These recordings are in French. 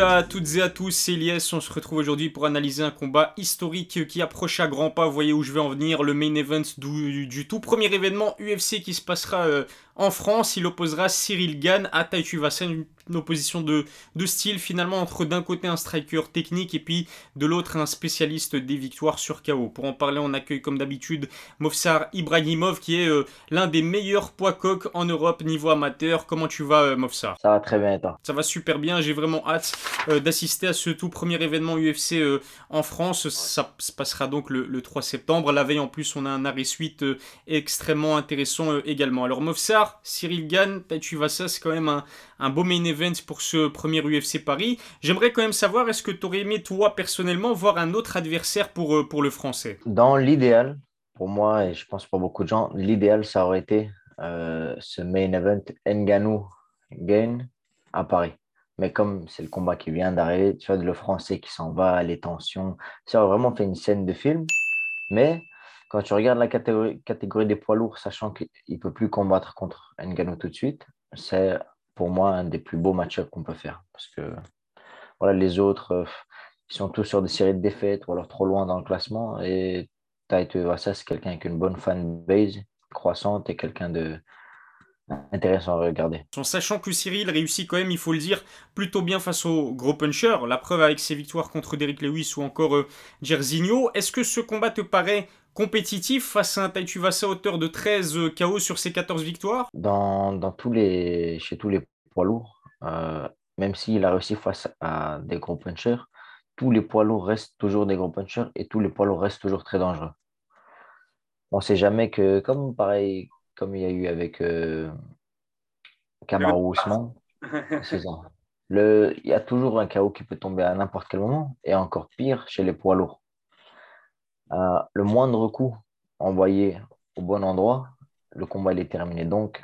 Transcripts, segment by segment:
Salut à toutes et à tous, c'est Elias. On se retrouve aujourd'hui pour analyser un combat historique qui approche à grands pas. Vous voyez où je vais en venir. Le main event du tout premier événement UFC qui se passera en France. Il opposera Cyril Gane à Tai Tuivasa. Une opposition de style finalement entre d'un côté un striker technique et puis de l'autre un spécialiste des victoires sur KO. Pour en parler, on accueille comme d'habitude Movsar Ibrahimov qui est l'un des meilleurs poids coqs en Europe niveau amateur. Comment tu vas, Movsar? Ça va très bien et toi? Ça va super bien, j'ai vraiment hâte d'assister à ce tout premier événement UFC en France. Ça se passera donc le 3 septembre. La veille en plus, on a un arrêt suite extrêmement intéressant également. Alors Movsar, Cyril Gane, Tai Tuivasa, c'est quand même un beau main event pour ce premier UFC Paris. J'aimerais quand même savoir, est-ce que tu aurais aimé toi personnellement voir un autre adversaire pour le français? Dans l'idéal, pour moi, et je pense pour beaucoup de gens, l'idéal, ça aurait été ce main event Ngannou Gain à Paris. Mais comme c'est le combat qui vient d'arriver, tu vois, le français qui s'en va, les tensions, ça aurait vraiment fait une scène de film. Mais quand tu regardes la catégorie des poids lourds, sachant qu'il ne peut plus combattre contre Ngannou tout de suite, c'est pour moi un des plus beaux match-ups qu'on peut faire. Parce que voilà, les autres, ils sont tous sur des séries de défaites ou alors trop loin dans le classement. Et Taito Iwasa, c'est quelqu'un avec une bonne fanbase croissante et quelqu'un de intéressant à regarder. En sachant que Cyril réussit quand même, il faut le dire, plutôt bien face aux gros punchers. La preuve avec ses victoires contre Derrick Lewis ou encore Jairzinho. Est-ce que ce combat te paraît compétitif face à un Tai Tuivasa auteur de 13 KO sur ses 14 victoires? Chez tous les poids lourds, même s'il a réussi face à des gros punchers, tous les poids lourds restent toujours des gros punchers et tous les poids lourds restent toujours très dangereux. On ne sait jamais que, comme pareil, comme il y a eu avec Kamaru Usman, c'est ça. Il y a toujours un KO qui peut tomber à n'importe quel moment, et encore pire chez les poids lourds. Le moindre coup envoyé au bon endroit, le combat il est terminé. Donc,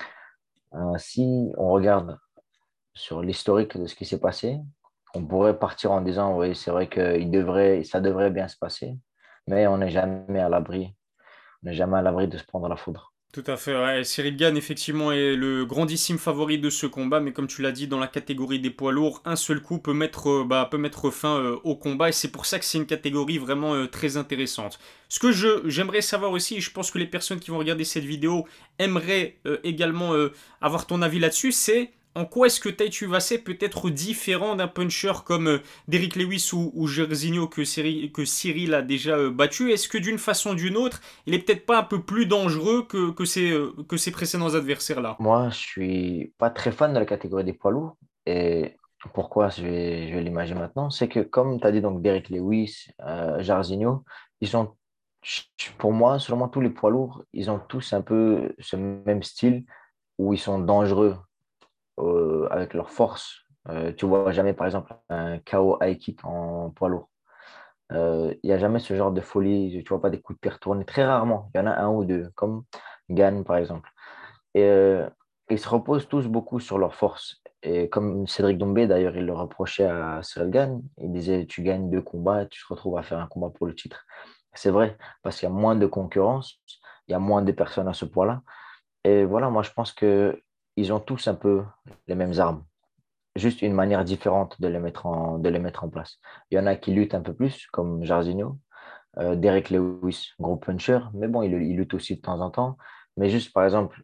si on regarde sur l'historique de ce qui s'est passé, on pourrait partir en disant, oui, c'est vrai que ça devrait bien se passer, mais on n'est jamais à l'abri. On n'est jamais à l'abri de se prendre la foudre. Tout à fait, ouais. Cyril Gane, effectivement, est le grandissime favori de ce combat, mais comme tu l'as dit, dans la catégorie des poids lourds, un seul coup peut mettre fin au combat, et c'est pour ça que c'est une catégorie vraiment très intéressante. Ce que j'aimerais savoir aussi, et je pense que les personnes qui vont regarder cette vidéo aimeraient également avoir ton avis là-dessus, c'est en quoi est-ce que Tai Tuivasa peut être différent d'un puncher comme Derrick Lewis ou Jairzinho que Cyril a déjà battu? Est-ce que d'une façon ou d'une autre, il est peut-être pas un peu plus dangereux que ses précédents adversaires-là? Moi, je suis pas très fan de la catégorie des poids lourds. Et pourquoi je vais l'imaginer maintenant? C'est que, comme tu as dit, donc Derek Lewis, Jairzinho, ils ont, pour moi, selon moi, tous les poids lourds, ils ont tous un peu ce même style où ils sont dangereux avec leur force. Tu vois jamais, par exemple, un KO high kick en poids lourd. Il n'y a jamais ce genre de folie. Tu vois pas des coups de pied retournés. Très rarement. Il y en a un ou deux, comme Gann, par exemple. Et ils se reposent tous beaucoup sur leur force. Et comme Cédric Doumbé, d'ailleurs, il le reprochait à Cyril Gane, il disait, tu gagnes deux combats, tu te retrouves à faire un combat pour le titre. C'est vrai, parce qu'il y a moins de concurrence, il y a moins de personnes à ce poids-là. Et voilà, moi, je pense que ils ont tous un peu les mêmes armes, juste une manière différente de les mettre en place. Il y en a qui luttent un peu plus, comme Jairzinho, Derek Lewis, gros puncher, mais bon, il lutte aussi de temps en temps. Mais juste, par exemple,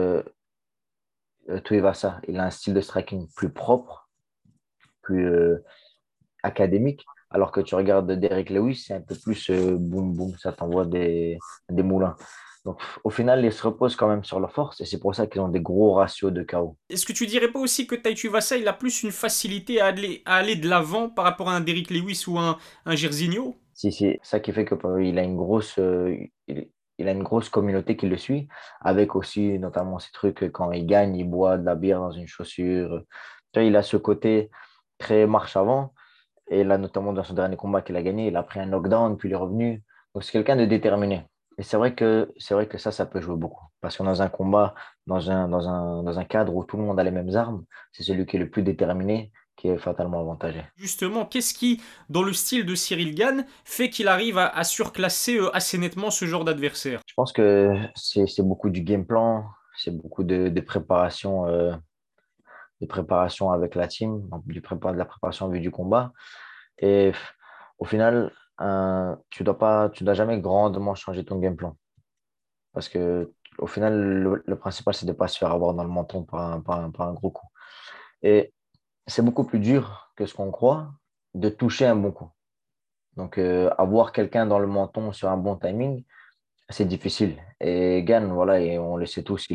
Tuivasa, il a un style de striking plus propre, plus académique, alors que tu regardes Derek Lewis, c'est un peu plus boum boum, ça t'envoie des moulins. Donc au final, ils se reposent quand même sur leur force et c'est pour ça qu'ils ont des gros ratios de KO. Est-ce que tu dirais pas aussi que Tai Tuivasa, il a plus une facilité à aller de l'avant par rapport à un Derrick Lewis ou un Jairzinho? Si, c'est ça qui fait que il a une il a une grosse communauté qui le suit, avec aussi notamment ces trucs quand il gagne, il boit de la bière dans une chaussure. Tu vois, il a ce côté très marche avant. Et là, notamment dans son dernier combat qu'il a gagné, il a pris un knockdown, puis il est revenu. Donc, c'est quelqu'un de déterminé. Et c'est vrai que ça peut jouer beaucoup. Parce que dans un combat, dans un cadre où tout le monde a les mêmes armes, c'est celui qui est le plus déterminé qui est fatalement avantagé. Justement, qu'est-ce qui, dans le style de Cyril Gane, fait qu'il arrive à surclasser assez nettement ce genre d'adversaire? Je pense que c'est beaucoup du game plan, c'est beaucoup de préparation de préparation avec la team, donc de la préparation en vue du combat. Et au final, tu dois jamais grandement changer ton game plan. Parce que au final, le principal, c'est de ne pas se faire avoir dans le menton par un gros coup. Et c'est beaucoup plus dur que ce qu'on croit de toucher un bon coup. Donc, avoir quelqu'un dans le menton sur un bon timing, c'est difficile. Et Gann, voilà, et on le sait tous,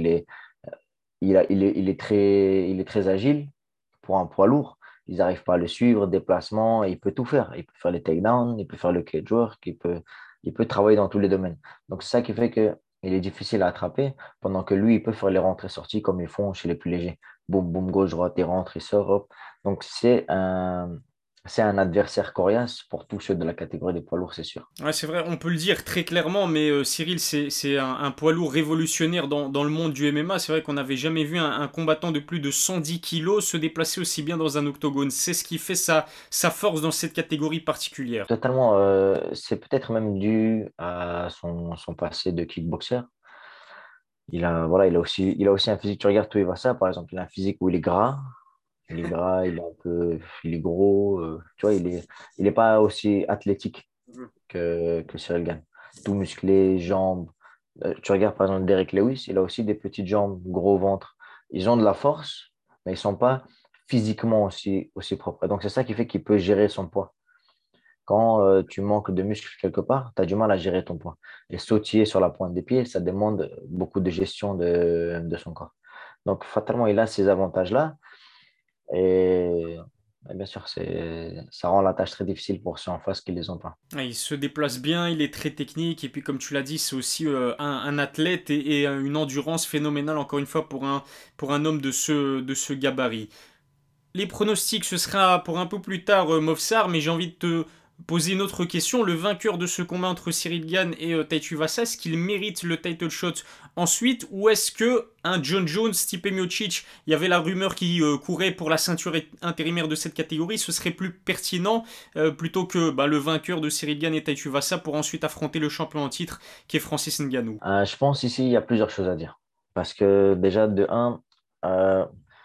il est très agile pour un poids lourd. Ils n'arrivent pas à le suivre, déplacement, et il peut tout faire. Il peut faire les takedowns, il peut faire le cage work, il peut travailler dans tous les domaines. Donc, c'est ça qui fait que il est difficile à attraper, pendant que lui, il peut faire les rentrées-sorties comme ils font chez les plus légers. Boum, boum, gauche, droite, il rentre, il sort, hop. Donc, c'est un adversaire coriace pour tous ceux de la catégorie des poids lourds, c'est sûr. Ouais, c'est vrai, on peut le dire très clairement, mais Cyril, c'est un poids lourd révolutionnaire dans le monde du MMA. C'est vrai qu'on n'avait jamais vu un combattant de plus de 110 kilos se déplacer aussi bien dans un octogone. C'est ce qui fait sa force dans cette catégorie particulière. Totalement, c'est peut-être même dû à son passé de kickboxer. Voilà, il a aussi un physique. Tu regardes ça par exemple, il a un physique où il est gras, il est gros. Tu vois, il est pas aussi athlétique que Cyril Gane. Tout musclé, jambes. Tu regardes par exemple Derek Lewis, il a aussi des petites jambes, gros ventre. Ils ont de la force, mais ils sont pas physiquement aussi propres. Et donc c'est ça qui fait qu'il peut gérer son poids. Quand tu manques de muscles quelque part, tu as du mal à gérer ton poids. Et sautiller sur la pointe des pieds, ça demande beaucoup de gestion de son corps. Donc, fatalement, il a ces avantages-là. Et, et bien sûr, ça rend la tâche très difficile pour ceux en face qui ne les ont pas. Ouais, il se déplace bien, il est très technique, et puis comme tu l'as dit, c'est aussi un athlète et une endurance phénoménale, encore une fois, pour un homme de ce gabarit. Les pronostics, ce sera pour un peu plus tard, Movsar, mais j'ai envie de te poser une autre question. Le vainqueur de ce combat entre Cyril Gane et Tai Tuivasa, est-ce qu'il mérite le title shot ensuite, ou est-ce que un John Jones, Stipe Miocic, il y avait la rumeur qui courait pour la ceinture intérimaire de cette catégorie, ce serait plus pertinent plutôt que le vainqueur de Cyril Gane et Tai Tuivasa pour ensuite affronter le champion en titre qui est Francis Ngannou. Je pense ici, il y a plusieurs choses à dire. Parce que déjà, de un, euh,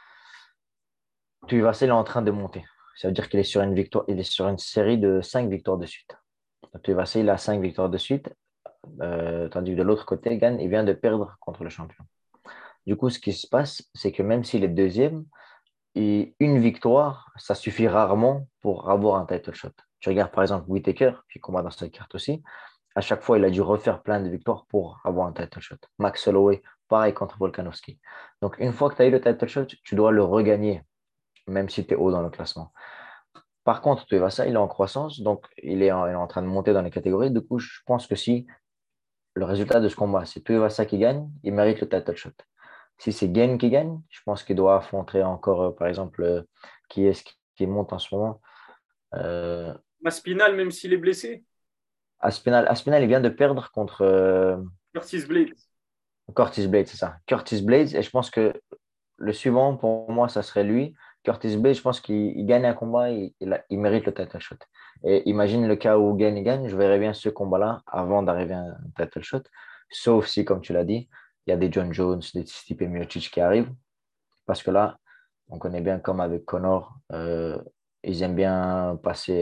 Tuivasa, il est en train de monter. Ça veut dire qu'il est sur une victoire, il est sur une série de 5 victoires de suite. Tuivasa, il a 5 victoires de suite. Tandis que de l'autre côté, Gane, il vient de perdre contre le champion. Du coup, ce qui se passe, c'est que même s'il est deuxième, et une victoire, ça suffit rarement pour avoir un title shot. Tu regardes par exemple Whittaker, qui combat dans cette carte aussi. À chaque fois, il a dû refaire plein de victoires pour avoir un title shot. Max Holloway, pareil contre Volkanovski. Donc, une fois que tu as eu le title shot, tu dois le regagner, même si tu es haut dans le classement. Par contre, Tuivasa, il est en croissance, donc il est en train de monter dans les catégories. Du coup, je pense que si le résultat de ce combat, c'est Tuivasa qui gagne, il mérite le title shot. Si c'est Gain qui gagne, je pense qu'il doit affronter encore, par exemple, qui est-ce qui monte en ce moment. Euh, Maspinal, même s'il est blessé. Aspinall, il vient de perdre contre Curtis Blades. Curtis Blades, c'est ça. Curtis Blades, et je pense que le suivant, pour moi, ça serait lui. Curtis Blades, je pense qu'il gagne un combat, il mérite le title shot. Et imagine le cas où Gain il gagne, je verrais bien ce combat-là avant d'arriver à un title shot. Sauf si, comme tu l'as dit, il y a des John Jones, des Stipe Miocic qui arrivent. Parce que là, on connaît bien comme avec Connor, ils aiment bien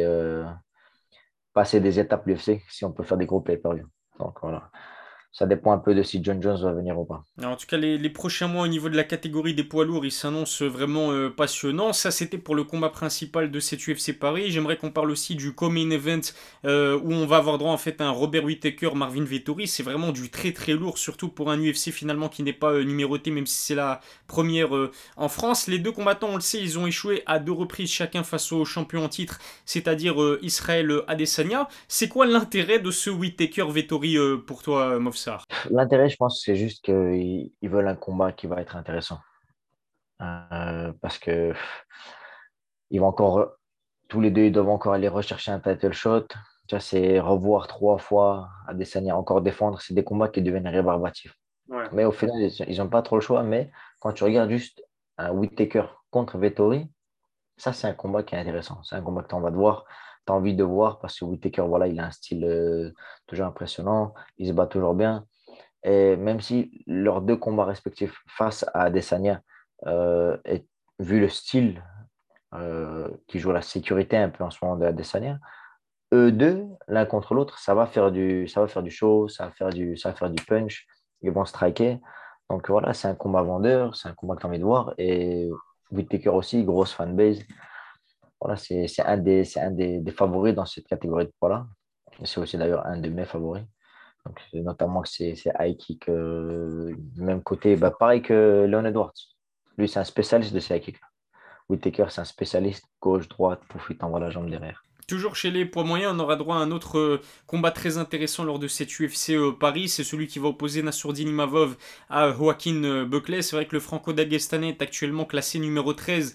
passer des étapes l'UFC si on peut faire des gros pay-per-view. Donc voilà, ça dépend un peu de si John Jones va venir ou pas. Alors, en tout cas, les prochains mois au niveau de la catégorie des poids lourds, ils s'annoncent vraiment passionnants. Ça, c'était pour le combat principal de cette UFC Paris. J'aimerais qu'on parle aussi du co-main event où on va avoir droit en fait à un Robert Whittaker, Marvin Vettori. C'est vraiment du très très lourd, surtout pour un UFC finalement qui n'est pas numéroté, même si c'est la première en France. Les deux combattants, on le sait, ils ont échoué à deux reprises chacun face au champion en titre, c'est-à-dire Israël Adesanya. C'est quoi l'intérêt de ce Whittaker-Vettori pour toi, Movsar? L'intérêt, je pense, c'est juste qu'ils veulent un combat qui va être intéressant. Parce que ils vont encore, tous les deux, ils doivent encore aller rechercher un title shot. Tu vois, c'est revoir 3 fois Adesanya encore défendre. C'est des combats qui deviennent rébarbatifs. Ouais. Mais au final, ils n'ont pas trop le choix. Mais quand tu regardes juste un Whittaker contre Vettori, ça, c'est un combat qui est intéressant. C'est un combat que tu as envie de voir parce que Whittaker, voilà, il a un style toujours impressionnant. Il se bat toujours bien. Et même si leurs deux combats respectifs face à Adesanya euh, est- vu le style qui joue la sécurité un peu en ce moment de Adesanya, eux deux, l'un contre l'autre, ça va faire du show, ça va faire du punch, ils vont striker. Donc voilà, c'est un combat vendeur, c'est un combat que tu as envie de voir. Et Whittaker aussi, grosse fanbase. Voilà, c'est un des favoris dans cette catégorie de poids-là. Et c'est aussi d'ailleurs un de mes favoris. Donc, notamment que c'est high kick, même côté, bah, pareil que Leon Edwards. Lui, c'est un spécialiste de ces high kicks. Whittaker, c'est un spécialiste gauche, droite, pouf, il t'envoie la jambe derrière. Toujours chez les poids moyens, on aura droit à un autre combat très intéressant lors de cette UFC Paris. C'est celui qui va opposer Nassourdine Imavov à Joaquin Buckley. C'est vrai que le franco-dagestanais est actuellement classé numéro 13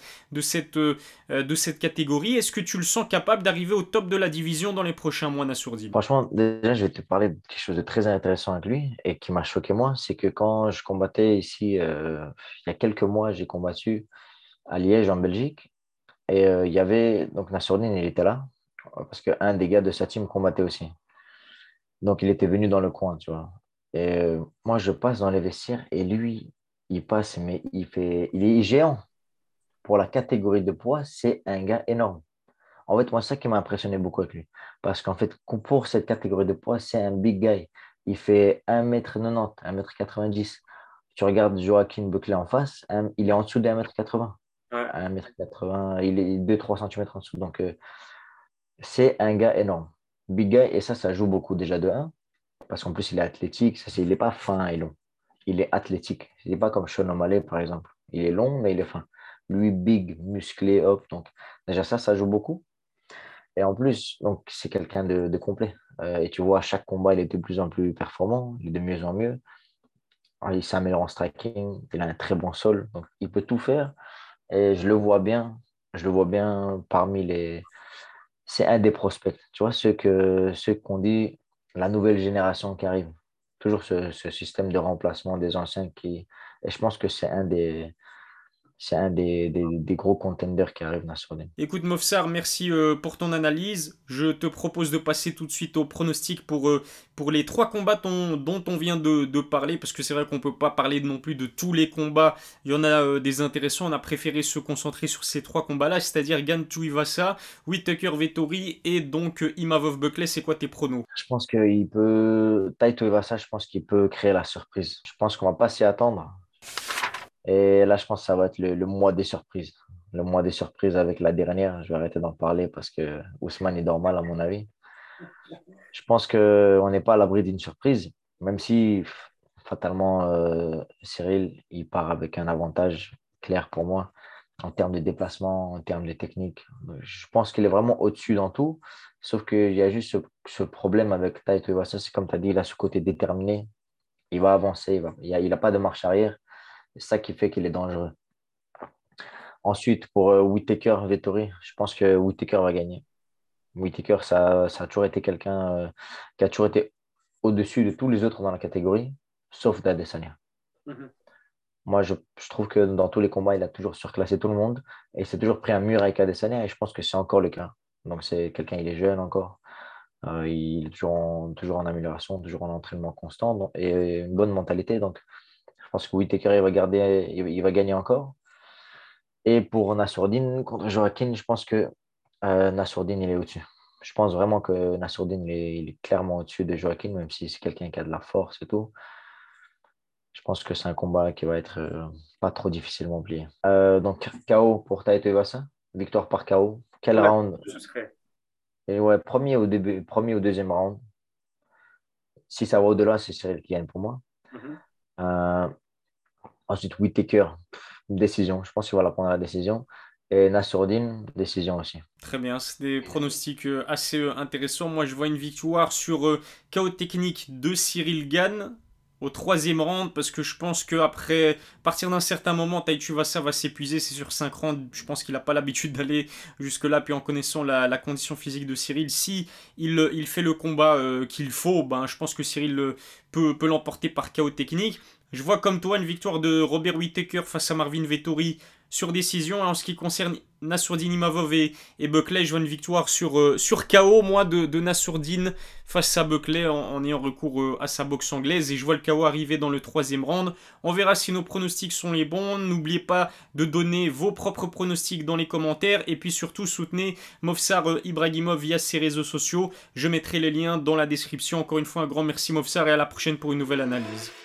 de cette catégorie. Est-ce que tu le sens capable d'arriver au top de la division dans les prochains mois, Nassourdine? Franchement, déjà, je vais te parler de quelque chose de très intéressant avec lui et qui m'a choqué moi. C'est que quand je combattais ici, il y a quelques mois, j'ai combattu à Liège, en Belgique. Et il y avait, donc Nassourdine, il était là, parce qu'un des gars de sa team combattait aussi. Donc, il était venu dans le coin, tu vois. Et moi, je passe dans les vestiaires et lui, il passe, mais il est géant. Pour la catégorie de poids, c'est un gars énorme. En fait, moi, c'est ça qui m'a impressionné beaucoup avec lui. Parce qu'en fait, pour cette catégorie de poids, c'est un big guy. Il fait 1m90, 1m90. Tu regardes Joaquin Buckley en face, il est en dessous de 1m80. Ouais. 1m80, il est 2-3 cm en dessous. Donc, c'est un gars énorme. Big guy, et ça joue beaucoup déjà de un. Parce qu'en plus, il est athlétique. Il n'est pas fin et long. Il est athlétique. Il n'est pas comme Sean O'Malley, par exemple. Il est long, mais il est fin. Lui, big, musclé, hop. Donc, déjà, ça joue beaucoup. Et en plus, donc, c'est quelqu'un de complet. Et tu vois, à chaque combat, il est de plus en plus performant. Il est de mieux en mieux. Il s'améliore en striking. Il a un très bon sol. Donc, il peut tout faire. Et je le vois bien. Je le vois bien parmi les. C'est un des prospects. Tu vois, ceux qu'on dit la nouvelle génération qui arrive. Toujours ce système de remplacement des anciens qui. Et je pense que c'est un des gros contenders qui arrive dans ce Écoute, Mofsar, merci pour ton analyse. Je te propose de passer tout de suite au pronostic pour les trois combats dont on vient de parler, parce que c'est vrai qu'on ne peut pas parler non plus de tous les combats. Il y en a des intéressants. On a préféré se concentrer sur ces trois combats-là, c'est-à-dire Gan Tuivasa, Whittaker Vettori et donc Imavov Buckley. C'est quoi tes pronos? Je pense qu'il peut. Taito Iwasa, je pense qu'il peut créer la surprise. Je pense qu'on va pas s'y attendre. Et là, je pense que ça va être le mois des surprises. Le mois des surprises avec la dernière. Je vais arrêter d'en parler parce que Ousmane est normal, à mon avis. Je pense qu'on n'est pas à l'abri d'une surprise, même si fatalement, Cyril, il part avec un avantage clair pour moi en termes de déplacement, en termes de technique. Je pense qu'il est vraiment au-dessus dans tout, sauf qu'il y a juste ce problème avec Taito Iwasa, c'est comme tu as dit, il a ce côté déterminé, il va avancer, il a pas de marche arrière, c'est ça qui fait qu'il est dangereux. Ensuite, pour Whittaker, Vettori, je pense que Whittaker va gagner. Whittaker, ça a toujours été quelqu'un qui a toujours été au-dessus de tous les autres dans la catégorie, sauf d'Adesanya. Mhm. Moi, je trouve que dans tous les combats, il a toujours surclassé tout le monde et il s'est toujours pris un mur avec Adesanya et je pense que c'est encore le cas. Donc, c'est quelqu'un, il est jeune encore. Il est toujours en amélioration, toujours en entraînement constant et une bonne mentalité. Donc, je pense que Whittaker, il va gagner encore. Et pour Nassourdine contre Joaquin, je pense que Nassourdine, il est au-dessus. Je pense vraiment que Nassourdine, il est clairement au-dessus de Joaquin, même si c'est quelqu'un qui a de la force et tout. Je pense que c'est un combat qui va être pas trop difficilement plié. Donc, KO pour Taito Iwasa, victoire par KO. Quel Ouais, round? ce serait. Et ouais, premier au début, premier au deuxième round. Si ça va au-delà, c'est Cyril qui gagne pour moi. Mhm. Euh, Ensuite, Whittaker, décision. Je pense qu'il va la prendre à la décision. Et Nassourdine, décision aussi. Très bien, c'est des pronostics assez intéressants. Moi, je vois une victoire sur KO technique de Cyril Gane au troisième round parce que je pense qu'après, à partir d'un certain moment, Tai Tuivasa va s'épuiser. C'est sur 5 rounds. Je pense qu'il n'a pas l'habitude d'aller jusque-là. Puis en connaissant la condition physique de Cyril, si il fait le combat qu'il faut, ben, je pense que Cyril peut l'emporter par KO technique. Je vois comme toi une victoire de Robert Whittaker face à Marvin Vettori sur décision. En ce qui concerne Nassourdine Imavov et Buckley. Je vois une victoire sur KO, moi, de Nassourdine face à Buckley en ayant recours à sa boxe anglaise. Et je vois le KO arriver dans le troisième round. On verra si nos pronostics sont les bons. N'oubliez pas de donner vos propres pronostics dans les commentaires. Et puis surtout, soutenez Movsar Ibragimov via ses réseaux sociaux. Je mettrai les liens dans la description. Encore une fois, un grand merci Movsar et à la prochaine pour une nouvelle analyse.